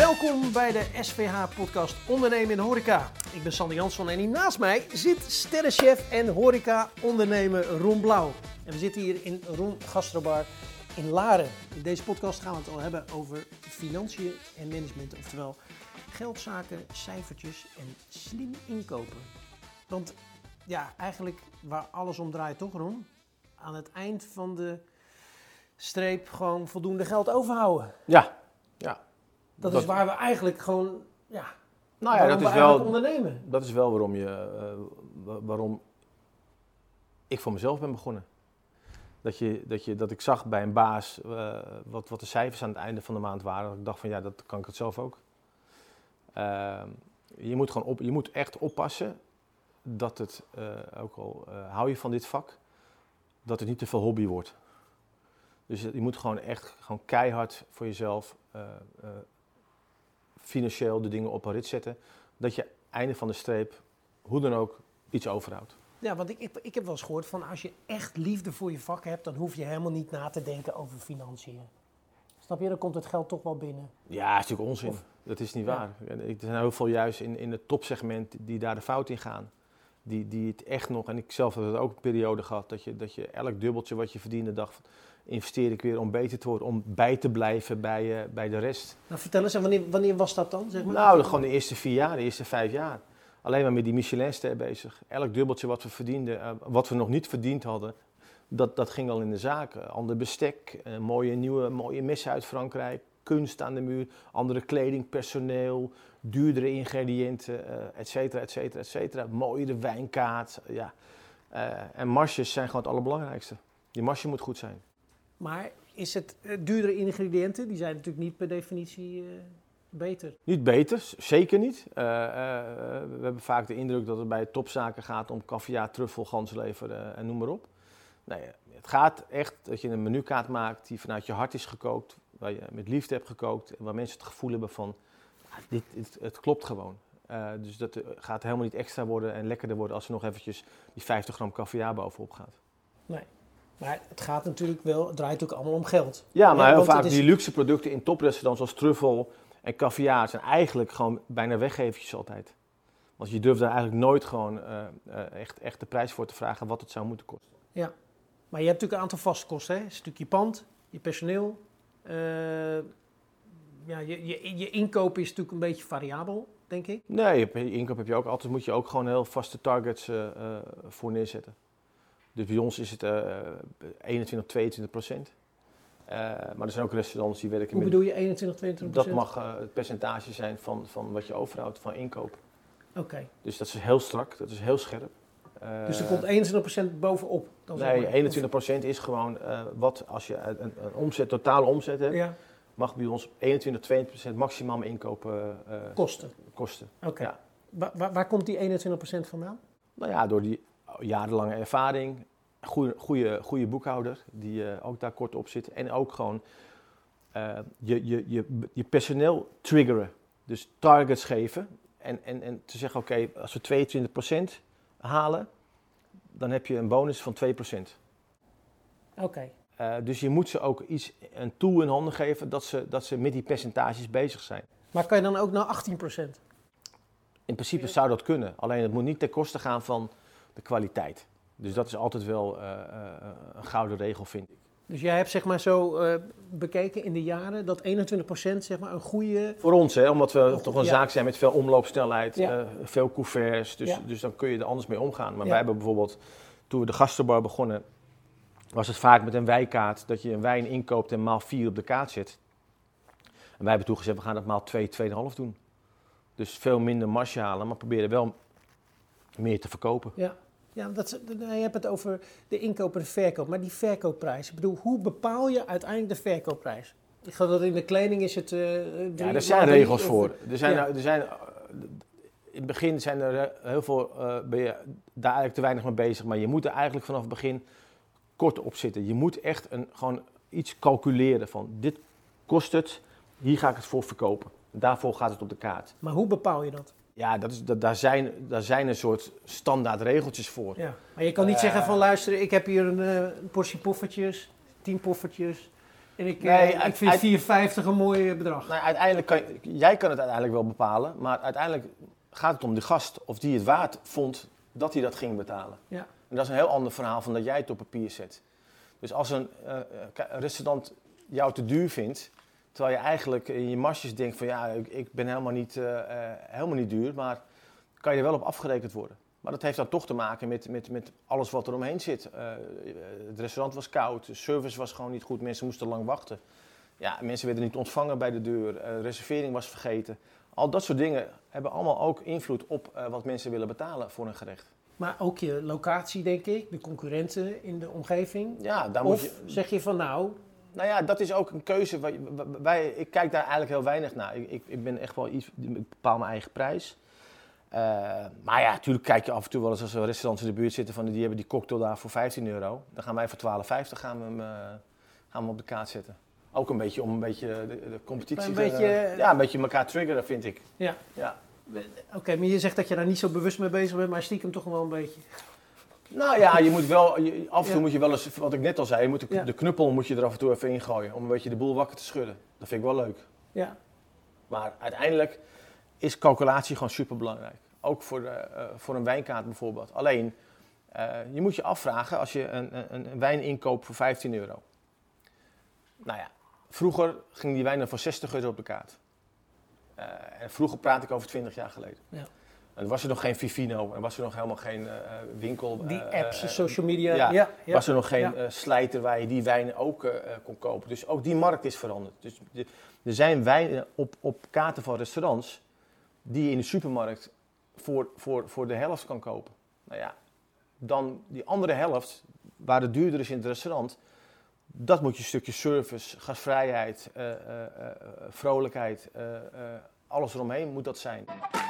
Welkom bij de SVH-podcast Ondernemen in de Horeca. Ik ben Sander Jansson en hier naast mij zit sterrenchef en horeca-ondernemer Ron Blauw. En we zitten hier in Ron Gastrobar in Laren. In deze podcast gaan we het al hebben over financiën en management, oftewel geldzaken, cijfertjes en slim inkopen. Want ja, eigenlijk waar alles om draait toch, Ron? Aan het eind van de streep gewoon voldoende geld overhouden. Ja. Dat is waar we eigenlijk gewoon, ondernemen. Dat is wel waarom ik voor mezelf ben begonnen. Dat ik zag bij een baas wat de cijfers aan het einde van de maand waren. Dat ik dacht van ja, dat kan ik het zelf ook. Je moet echt oppassen dat het, ook al hou je van dit vak, dat het niet te veel hobby wordt. Dus je moet gewoon echt keihard voor jezelf financieel de dingen op een rit zetten. Dat je einde van de streep, hoe dan ook, iets overhoudt. Ja, want ik heb wel eens gehoord van als je echt liefde voor je vak hebt, dan hoef je helemaal niet na te denken over financiën. Snap je? Dan komt het geld toch wel binnen. Ja, dat is natuurlijk onzin. Dat is niet waar. Er zijn heel veel juist in het topsegment die daar de fout in gaan. Die het echt nog, en ik zelf heb het ook een periode gehad, dat je elk dubbeltje wat je verdiende dacht, investeer ik weer om beter te worden, om bij te blijven bij de rest. Nou, vertel eens, en wanneer was dat dan? Zeg maar? Nou, gewoon de eerste 4 jaar, de eerste 5 jaar. Alleen maar met die Michelinster bezig. Elk dubbeltje wat we verdienden, wat we nog niet verdiend hadden, dat ging al in de zaak. Ander bestek, mooie messen uit Frankrijk, kunst aan de muur, andere kleding, personeel, duurdere ingrediënten, et cetera, et cetera, et cetera. Mooiere wijnkaart, ja. En marges zijn gewoon het allerbelangrijkste. Die marge moet goed zijn. Maar is het duurdere ingrediënten, die zijn natuurlijk niet per definitie beter? Niet beter, zeker niet. We hebben vaak de indruk dat het bij topzaken gaat om caviar, truffel, ganslever en noem maar op. Nee, het gaat echt dat je een menukaart maakt die vanuit je hart is gekookt, waar je met liefde hebt gekookt en waar mensen het gevoel hebben van, het klopt gewoon. Dus dat gaat helemaal niet extra worden en lekkerder worden als er nog eventjes die 50 gram caviar bovenop gaat. Nee. Maar het gaat natuurlijk wel, het draait ook allemaal om geld. Ja, maar heel vaak die luxe producten in toprestaurants zoals truffel en caviar zijn eigenlijk gewoon bijna weggevertjes altijd. Want je durft daar eigenlijk nooit gewoon echt de prijs voor te vragen wat het zou moeten kosten. Ja, maar je hebt natuurlijk een aantal vaste kosten, hè? Een stukje pand, je personeel. Je inkoop is natuurlijk een beetje variabel, denk ik. Nee, je inkoop heb je ook altijd, moet je ook gewoon heel vaste targets voor neerzetten. Dus bij ons is het 21-22%. Maar er zijn ook restaurants die werken met... Hoe bedoel je 21-22%? Dat mag het percentage zijn van wat je overhoudt van inkoop. Oké. Dus dat is heel strak, dat is heel scherp. Dus er komt 21% bovenop? Dan nee, 21% is gewoon wat als je een totale omzet hebt, ja, mag bij ons 21-22% maximaal inkopen kosten. Oké. Ja. Waar komt die 21% vandaan? Nou ja, door die jarenlange ervaring, goede boekhouder die ook daar kort op zit. En ook gewoon je personeel triggeren. Dus targets geven. En te zeggen, oké, als we 22% halen, dan heb je een bonus van 2%. Oké. Dus je moet ze ook een tool in handen geven dat ze met die percentages bezig zijn. Maar kan je dan ook naar 18%? In principe zou dat kunnen. Alleen het moet niet ten koste gaan van de kwaliteit. Dus dat is altijd wel een gouden regel, vind ik. Dus jij hebt zeg maar zo bekeken in de jaren dat 21% zeg maar een goede... Voor ons, hè, omdat we toch een zaak zijn met veel omloopsnelheid, veel couverts. Dus dan kun je er anders mee omgaan. Maar wij hebben bijvoorbeeld, toen we de gastrobar begonnen, was het vaak met een wijkaart dat je een wijn inkoopt en maal 4 op de kaart zet. En wij hebben toen gezegd, we gaan dat maal 2, 2,5 doen. Dus veel minder marge halen, maar proberen wel meer te verkopen. Ja, je hebt het over de inkoop en de verkoop. Maar die verkoopprijs, ik bedoel, hoe bepaal je uiteindelijk de verkoopprijs? Ik geloof dat in de kleding is het... er zijn regels voor. In het begin zijn er heel veel, ben je daar eigenlijk te weinig mee bezig. Maar je moet er eigenlijk vanaf het begin kort op zitten. Je moet echt gewoon iets calculeren van, dit kost het, hier ga ik het voor verkopen. Daarvoor gaat het op de kaart. Maar hoe bepaal je dat? Ja, daar zijn een soort standaard regeltjes voor. Ja. Maar je kan niet zeggen van luister, ik heb hier een portie poffertjes, 10 poffertjes. En ik vind 4,50 een mooi bedrag. Nou, uiteindelijk jij kan het uiteindelijk wel bepalen, maar uiteindelijk gaat het om de gast of die het waard vond dat hij dat ging betalen. Ja. En dat is een heel ander verhaal van dat jij het op papier zet. Dus als een restaurant jou te duur vindt, terwijl je eigenlijk in je marges denkt van ja, ik ben helemaal niet duur, maar kan je er wel op afgerekend worden. Maar dat heeft dan toch te maken met alles wat er omheen zit. Het restaurant was koud, de service was gewoon niet goed, mensen moesten lang wachten. Ja, mensen werden niet ontvangen bij de deur, reservering was vergeten. Al dat soort dingen hebben allemaal ook invloed op wat mensen willen betalen voor een gerecht. Maar ook je locatie, denk ik, de concurrenten in de omgeving. Ja, daar Of moet je... zeg je van nou ja, dat is ook een keuze. Ik kijk daar eigenlijk heel weinig naar. Ik ben echt wel iets, ik bepaal mijn eigen prijs. Maar ja, natuurlijk kijk je af en toe wel eens als er restaurants in de buurt zitten, die hebben die cocktail daar voor €15. Dan gaan wij voor €12,50 gaan we hem op de kaart zetten. Ook een beetje om een beetje de competitie een beetje elkaar triggeren, vind ik. Ja. Ja. Oké, maar je zegt dat je daar niet zo bewust mee bezig bent, maar stiekem toch wel een beetje. Nou ja, je moet wel, af en toe moet je wel eens, wat ik net al zei, de knuppel moet je er af en toe even ingooien om een beetje de boel wakker te schudden. Dat vind ik wel leuk. Ja. Maar uiteindelijk is calculatie gewoon superbelangrijk. Ook voor een wijnkaart bijvoorbeeld. Alleen, je moet je afvragen als je een wijn inkoopt voor €15. Nou ja, vroeger ging die wijn dan voor €60 op de kaart. En vroeger praat ik over 20 jaar geleden. Ja. En was er nog geen Vivino, en was er nog helemaal geen winkel. Die apps, social media. Ja. Was er nog geen slijter waar je die wijnen ook kon kopen. Dus ook die markt is veranderd. Dus er zijn wijnen op kaarten van restaurants die je in de supermarkt voor de helft kan kopen. Nou ja, dan die andere helft, waar het duurder is in het restaurant, dat moet je een stukje service, gastvrijheid, vrolijkheid, alles eromheen moet dat zijn.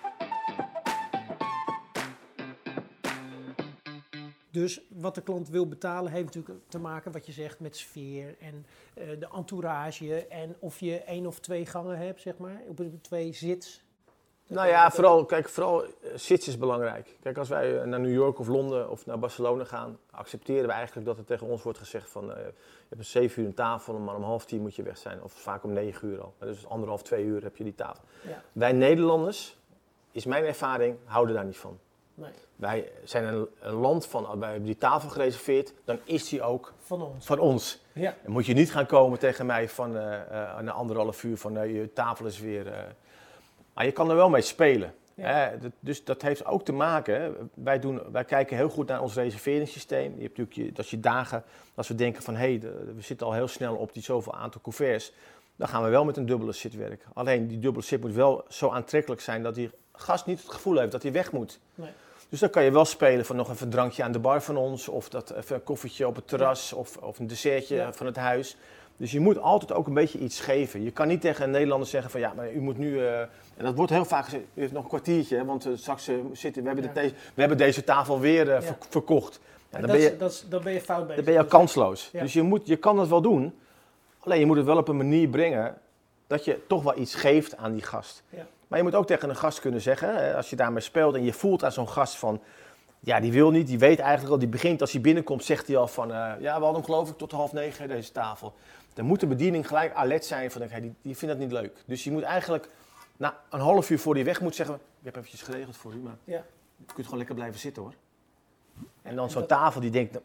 Dus wat de klant wil betalen heeft natuurlijk te maken, wat je zegt, met sfeer en de entourage. En of je 1 of 2 gangen hebt, zeg maar, op 2 zits. Nou ja, vooral sits is belangrijk. Kijk, als wij naar New York of Londen of naar Barcelona gaan, accepteren we eigenlijk dat er tegen ons wordt gezegd van je hebt 7 uur een tafel, maar om 9:30 moet je weg zijn. Of vaak om 9 uur al. Dus 1,5, 2 uur heb je die tafel. Ja. Wij Nederlanders, is mijn ervaring, houden daar niet van. Nee. Wij zijn een land van, wij hebben die tafel gereserveerd, dan is die ook van ons. Ja. Dan moet je niet gaan komen tegen mij van na 1,5 uur van je tafel is weer... Maar je kan er wel mee spelen. Ja. Dus dat heeft ook te maken, wij kijken heel goed naar ons reserveringssysteem. Je hebt natuurlijk dat je dagen, als we denken van we zitten al heel snel op die zoveel aantal couverts, dan gaan we wel met een dubbele sit werken. Alleen die dubbele sit moet wel zo aantrekkelijk zijn dat die gast niet het gevoel heeft dat hij weg moet. Nee. Dus dan kan je wel spelen van nog even een drankje aan de bar van ons, of dat even een koffietje op het terras, of een dessertje van het huis. Dus je moet altijd ook een beetje iets geven. Je kan niet tegen een Nederlander zeggen van ja, maar u moet nu... en dat wordt heel vaak gezegd, u heeft nog een kwartiertje, want straks we hebben deze tafel weer verkocht. Ja, dan ben je fout bezig. Dan ben je kansloos. Ja. Dus je kan dat wel doen, alleen je moet het wel op een manier brengen dat je toch wel iets geeft aan die gast. Ja. Maar je moet ook tegen een gast kunnen zeggen, als je daarmee speelt en je voelt aan zo'n gast van... Ja, die wil niet, die weet eigenlijk al, die begint als hij binnenkomt, zegt hij al van... ja, we hadden hem geloof ik tot 8:30 deze tafel. Dan moet de bediening gelijk alert zijn van, die vindt dat niet leuk. Dus je moet eigenlijk, na een half uur voor die weg moet zeggen... Ik heb eventjes geregeld voor u, maar je kunt gewoon lekker blijven zitten hoor. En dan zo'n tafel die denkt,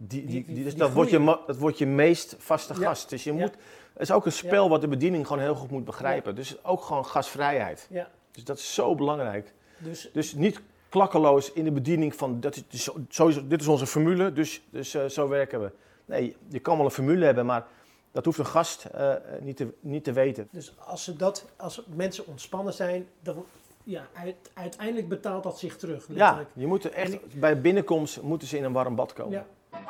dat wordt je meest vaste gast. Dus het is ook een spel wat de bediening gewoon heel goed moet begrijpen. Ja. Dus ook gewoon gastvrijheid. Ja. Dus dat is zo belangrijk. Dus niet klakkeloos in de bediening van, dit is onze formule, dus zo werken we. Nee, je kan wel een formule hebben, maar dat hoeft een gast niet te weten. Dus als mensen ontspannen zijn, dan uiteindelijk betaalt dat zich terug. Letterlijk. Ja, je moet bij binnenkomst moeten ze in een warm bad komen. Ja.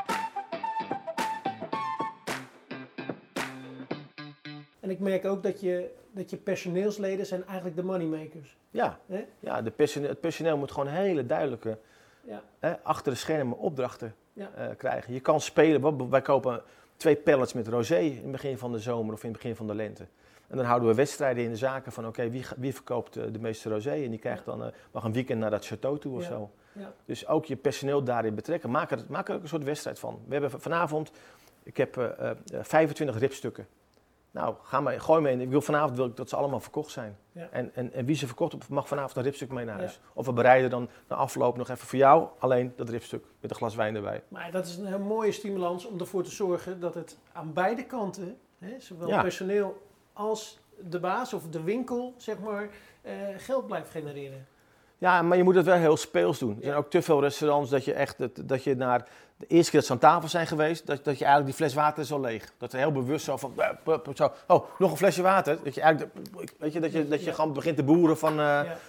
En ik merk ook dat je personeelsleden zijn eigenlijk de moneymakers. Ja, het personeel moet gewoon hele duidelijke, achter de schermen opdrachten krijgen. Je kan spelen, wij kopen 2 pallets met rosé in het begin van de zomer of in het begin van de lente. En dan houden we wedstrijden in de zaken van wie verkoopt de meeste rosé en die krijgt dan mag een weekend naar dat château toe of zo. Ja. Dus ook je personeel daarin betrekken. Maak er ook een soort wedstrijd van. We hebben vanavond Ik heb 25 ribstukken. Nou, gooi me in. Vanavond wil ik dat ze allemaal verkocht zijn. Ja. En wie ze verkocht op, mag vanavond een ribstuk mee naar huis. Ja. Of we bereiden dan na afloop nog even voor jou alleen dat ribstuk met een glas wijn erbij. Maar dat is een heel mooie stimulans om ervoor te zorgen dat het aan beide kanten, zowel personeel als de baas of de winkel, zeg maar, geld blijft genereren. Ja, maar je moet het wel heel speels doen. Er zijn ook te veel restaurants dat je naar de eerste keer dat ze aan tafel zijn geweest, dat je eigenlijk die fles water is al leeg. Dat ze heel bewust zo van, nog een flesje water. Dat je eigenlijk, dat je gewoon begint te boeren van,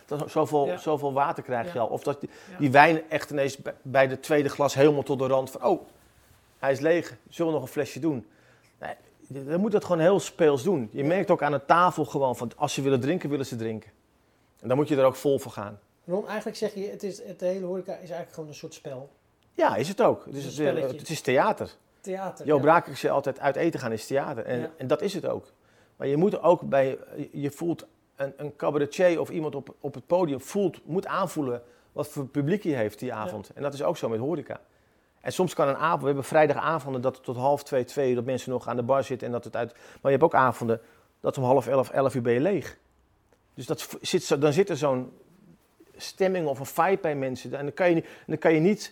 zoveel water krijg je al. Of dat die wijn echt ineens bij de tweede glas helemaal tot de rand van, hij is leeg, zullen we nog een flesje doen? Nee, dan moet dat gewoon heel speels doen. Je merkt ook aan de tafel gewoon van, als ze willen drinken, willen ze drinken. En dan moet je er ook vol voor gaan. Ron, eigenlijk zeg je, het hele horeca is eigenlijk gewoon een soort spel. Ja, is het ook. Het is theater. Jo Braak zei altijd, uit eten gaan is theater. En dat is het ook. Maar je moet ook je voelt een cabaretier of iemand op het podium moet aanvoelen wat voor publiek hij heeft die avond. Ja. En dat is ook zo met horeca. En soms kan een avond, we hebben vrijdagavonden dat het tot 1:30, 2:00, dat mensen nog aan de bar zitten en dat het uit. Maar je hebt ook avonden dat om 10:30, 11:00 ben je leeg. Dus dan zit er zo'n stemming of een vibe bij mensen. En dan kan je niet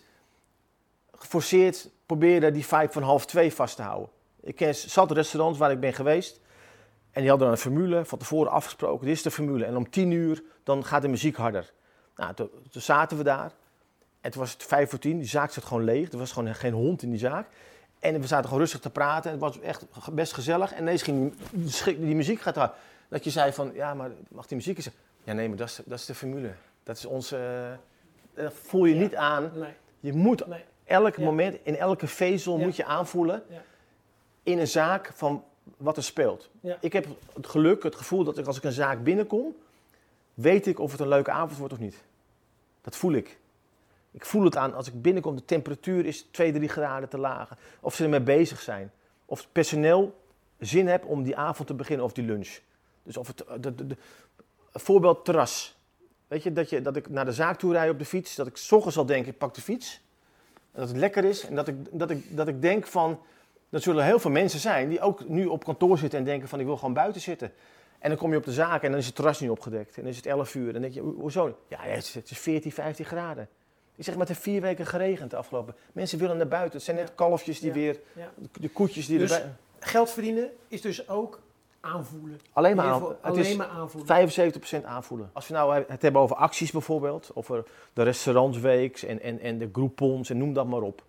geforceerd proberen die vibe van 1:30 vast te houden. Ik ken zat restaurants waar ik ben geweest. En die hadden dan een formule van tevoren afgesproken. Dit is de formule. En om 10:00 dan gaat de muziek harder. Nou, toen zaten we daar. En toen was het 9:55. Die zaak zat gewoon leeg. Er was gewoon geen hond in die zaak. En we zaten gewoon rustig te praten. Het was echt best gezellig. En ineens ging die muziek gaat hard. Dat je zei van, ja, maar mag die muziek eens? Ja, nee, maar dat is de formule. Dat is onze. Dat voel je niet aan. Nee. Je moet elk moment, in elke vezel moet je aanvoelen. Ja. In een zaak van wat er speelt. Ja. Ik heb het gevoel dat als ik een zaak binnenkom, weet ik of het een leuke avond wordt of niet. Dat voel ik. Ik voel het aan als ik binnenkom, de temperatuur is 2-3 graden te laag. Of ze ermee bezig zijn. Of het personeel zin heeft om die avond te beginnen of die lunch. Dus of het voorbeeld terras. Weet je, dat ik naar de zaak toe rijd op de fiets, dat ik 's ochtends al denk, ik pak de fiets. En dat het lekker is en dat ik denk van, er zullen heel veel mensen zijn die ook nu op kantoor zitten en denken van, ik wil gewoon buiten zitten. En dan kom je op de zaak en dan is het terras niet opgedekt. En dan is het 11:00. En dan denk je, hoezo? Ja, het is 14, 15 graden. Ik zeg, maar het heeft 4 weken geregend de afgelopen. Mensen willen naar buiten. Het zijn net kalfjes die de koetjes die dus erbij. Geld verdienen is dus ook aanvoelen. Alleen maar aanvoelen. 75% aanvoelen. Als we nou het hebben over acties bijvoorbeeld, over de restaurantsweeks en de groupons en noem dat maar op.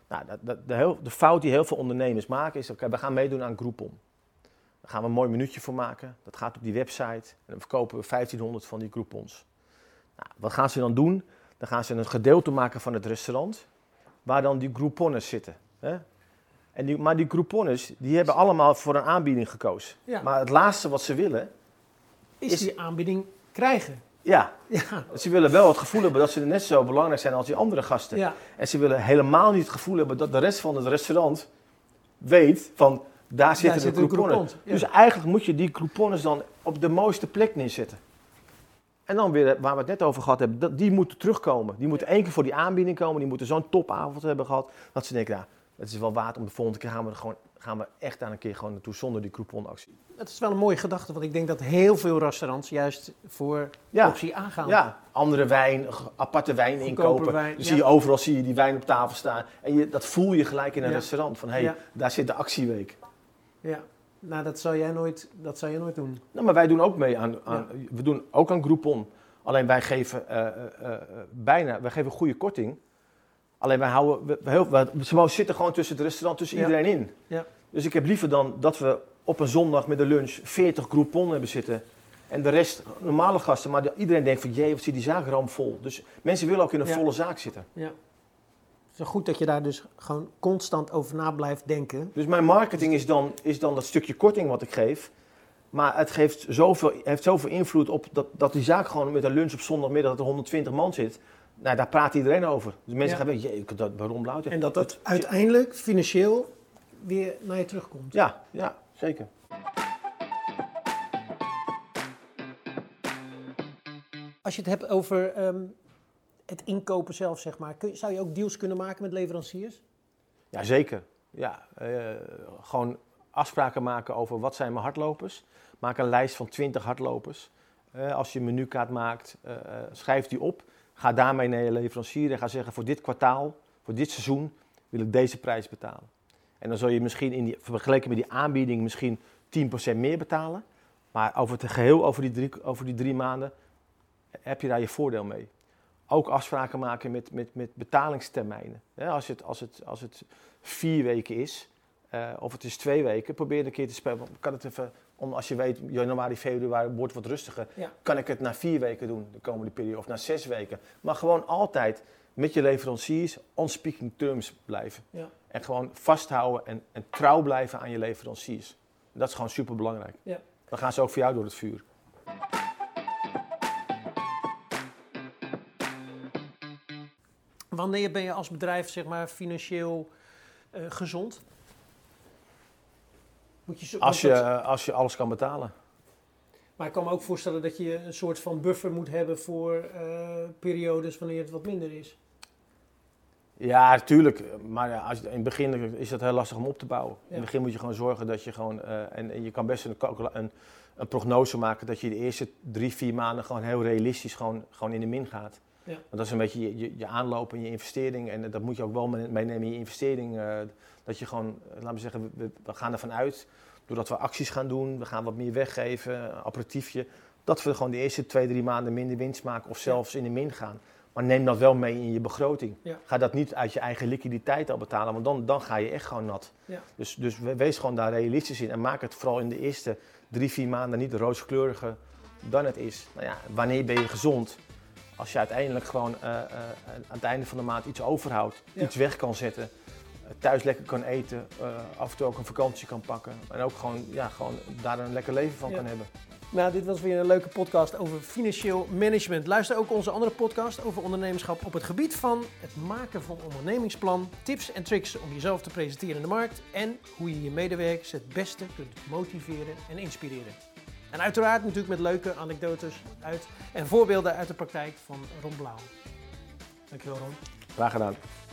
Nou, de fout die heel veel ondernemers maken is, we gaan meedoen aan Groupon. Daar gaan we een mooi minuutje voor maken. Dat gaat op die website en dan verkopen we 1500 van die groupons. Nou, wat gaan ze dan doen? Dan gaan ze een gedeelte maken van het restaurant, waar dan die grouponners zitten. Hè? Maar die grouponners, die hebben allemaal voor een aanbieding gekozen. Ja. Maar het laatste wat ze willen is die aanbieding krijgen. Ja. Ze willen wel het gevoel hebben dat ze net zo belangrijk zijn als die andere gasten. Ja. En ze willen helemaal niet het gevoel hebben dat de rest van het restaurant weet van, daar zitten de grouponners. Ja. Dus eigenlijk moet je die grouponners dan op de mooiste plek neerzetten. En dan weer, waar we het net over gehad hebben, die moeten terugkomen. Die moeten 1 keer voor die aanbieding komen, die moeten zo'n topavond hebben gehad, dat ze denken, het is wel waard om de volgende keer gaan we echt daar een keer gewoon naartoe zonder die couponactie. Het is wel een mooie gedachte, want ik denk dat heel veel restaurants juist voor optie A gaan. Ja, andere wijn, aparte wijn inkopen. Dan zie je overal die wijn op tafel staan. En dat voel je gelijk in een restaurant. Van daar zit de actieweek. Ja, nou dat zou jij nooit doen. Nou, maar wij doen ook mee we doen ook aan Groupon. Alleen wij geven wij geven goede korting. Alleen ze zitten gewoon tussen het restaurant, tussen iedereen in. Ja. Dus ik heb liever dan dat we op een zondag met de lunch 40 Groupon hebben zitten. En de rest normale gasten. Maar iedereen denkt van, wat zit die zaak ramvol. Dus mensen willen ook in een volle zaak zitten. Ja. Het is goed dat je daar dus gewoon constant over na blijft denken. Dus mijn marketing is dan dat stukje korting wat ik geef. Maar het heeft zoveel invloed op dat die zaak gewoon met een lunch op zondagmiddag dat er 120 man zit. Nou, daar praat iedereen over. Dus mensen gaan weten, dat waarom Blauw. En dat uiteindelijk financieel weer naar je terugkomt. Ja, zeker. Als je het hebt over het inkopen zelf, zeg maar. Zou je ook deals kunnen maken met leveranciers? Ja, zeker. gewoon afspraken maken over wat zijn mijn hardlopers. Maak een lijst van 20 hardlopers. Als je een menukaart maakt, schrijf die op. Ga daarmee naar je leverancier en ga zeggen voor dit kwartaal, voor dit seizoen wil ik deze prijs betalen. En dan zul je misschien vergeleken met die aanbieding misschien 10% meer betalen. Maar over het geheel, over die 3 maanden, heb je daar je voordeel mee. Ook afspraken maken met betalingstermijnen. Als het 4 weken is, of het is 2 weken, probeer een keer te spelen. Kan het even, als je weet, januari, februari wordt wat rustiger, kan ik het na 4 weken doen, de komende periode, of na 6 weken. Maar gewoon altijd met je leveranciers on speaking terms blijven. Ja. En gewoon vasthouden en trouw blijven aan je leveranciers. Dat is gewoon super belangrijk. Ja. Dan gaan ze ook voor jou door het vuur. Wanneer ben je als bedrijf zeg maar financieel gezond? Als je alles kan betalen. Maar ik kan me ook voorstellen dat je een soort van buffer moet hebben voor periodes wanneer het wat minder is. Ja, natuurlijk. Maar in het begin is dat heel lastig om op te bouwen. Ja. In het begin moet je gewoon zorgen dat je gewoon... en je kan best een prognose maken dat je de eerste 3-4 maanden gewoon heel realistisch gewoon in de min gaat. Ja. Want dat is een beetje je aanloop en je investering. En dat moet je ook wel meenemen in je investering. Dat je gewoon, laten we zeggen, we gaan ervan uit, doordat we acties gaan doen, we gaan wat meer weggeven, aperitiefje, dat we gewoon de eerste 2-3 maanden minder winst maken of zelfs in de min gaan. Maar neem dat wel mee in je begroting. Ja. Ga dat niet uit je eigen liquiditeit al betalen, want dan ga je echt gewoon nat. Ja. Dus wees gewoon daar realistisch in en maak het vooral in de eerste 3-4 maanden niet rooskleuriger dan het is. Nou ja, wanneer ben je gezond? Als je uiteindelijk gewoon aan het einde van de maand iets overhoudt, iets weg kan zetten, thuis lekker kan eten, af en toe ook een vakantie kan pakken en ook gewoon daar een lekker leven van kan hebben. Nou, dit was weer een leuke podcast over financieel management. Luister ook onze andere podcast over ondernemerschap op het gebied van het maken van een ondernemingsplan, tips en tricks om jezelf te presenteren in de markt en hoe je je medewerkers het beste kunt motiveren en inspireren. En uiteraard natuurlijk met leuke anekdotes en voorbeelden uit de praktijk van Ron Blauw. Dankjewel, Ron. Graag gedaan.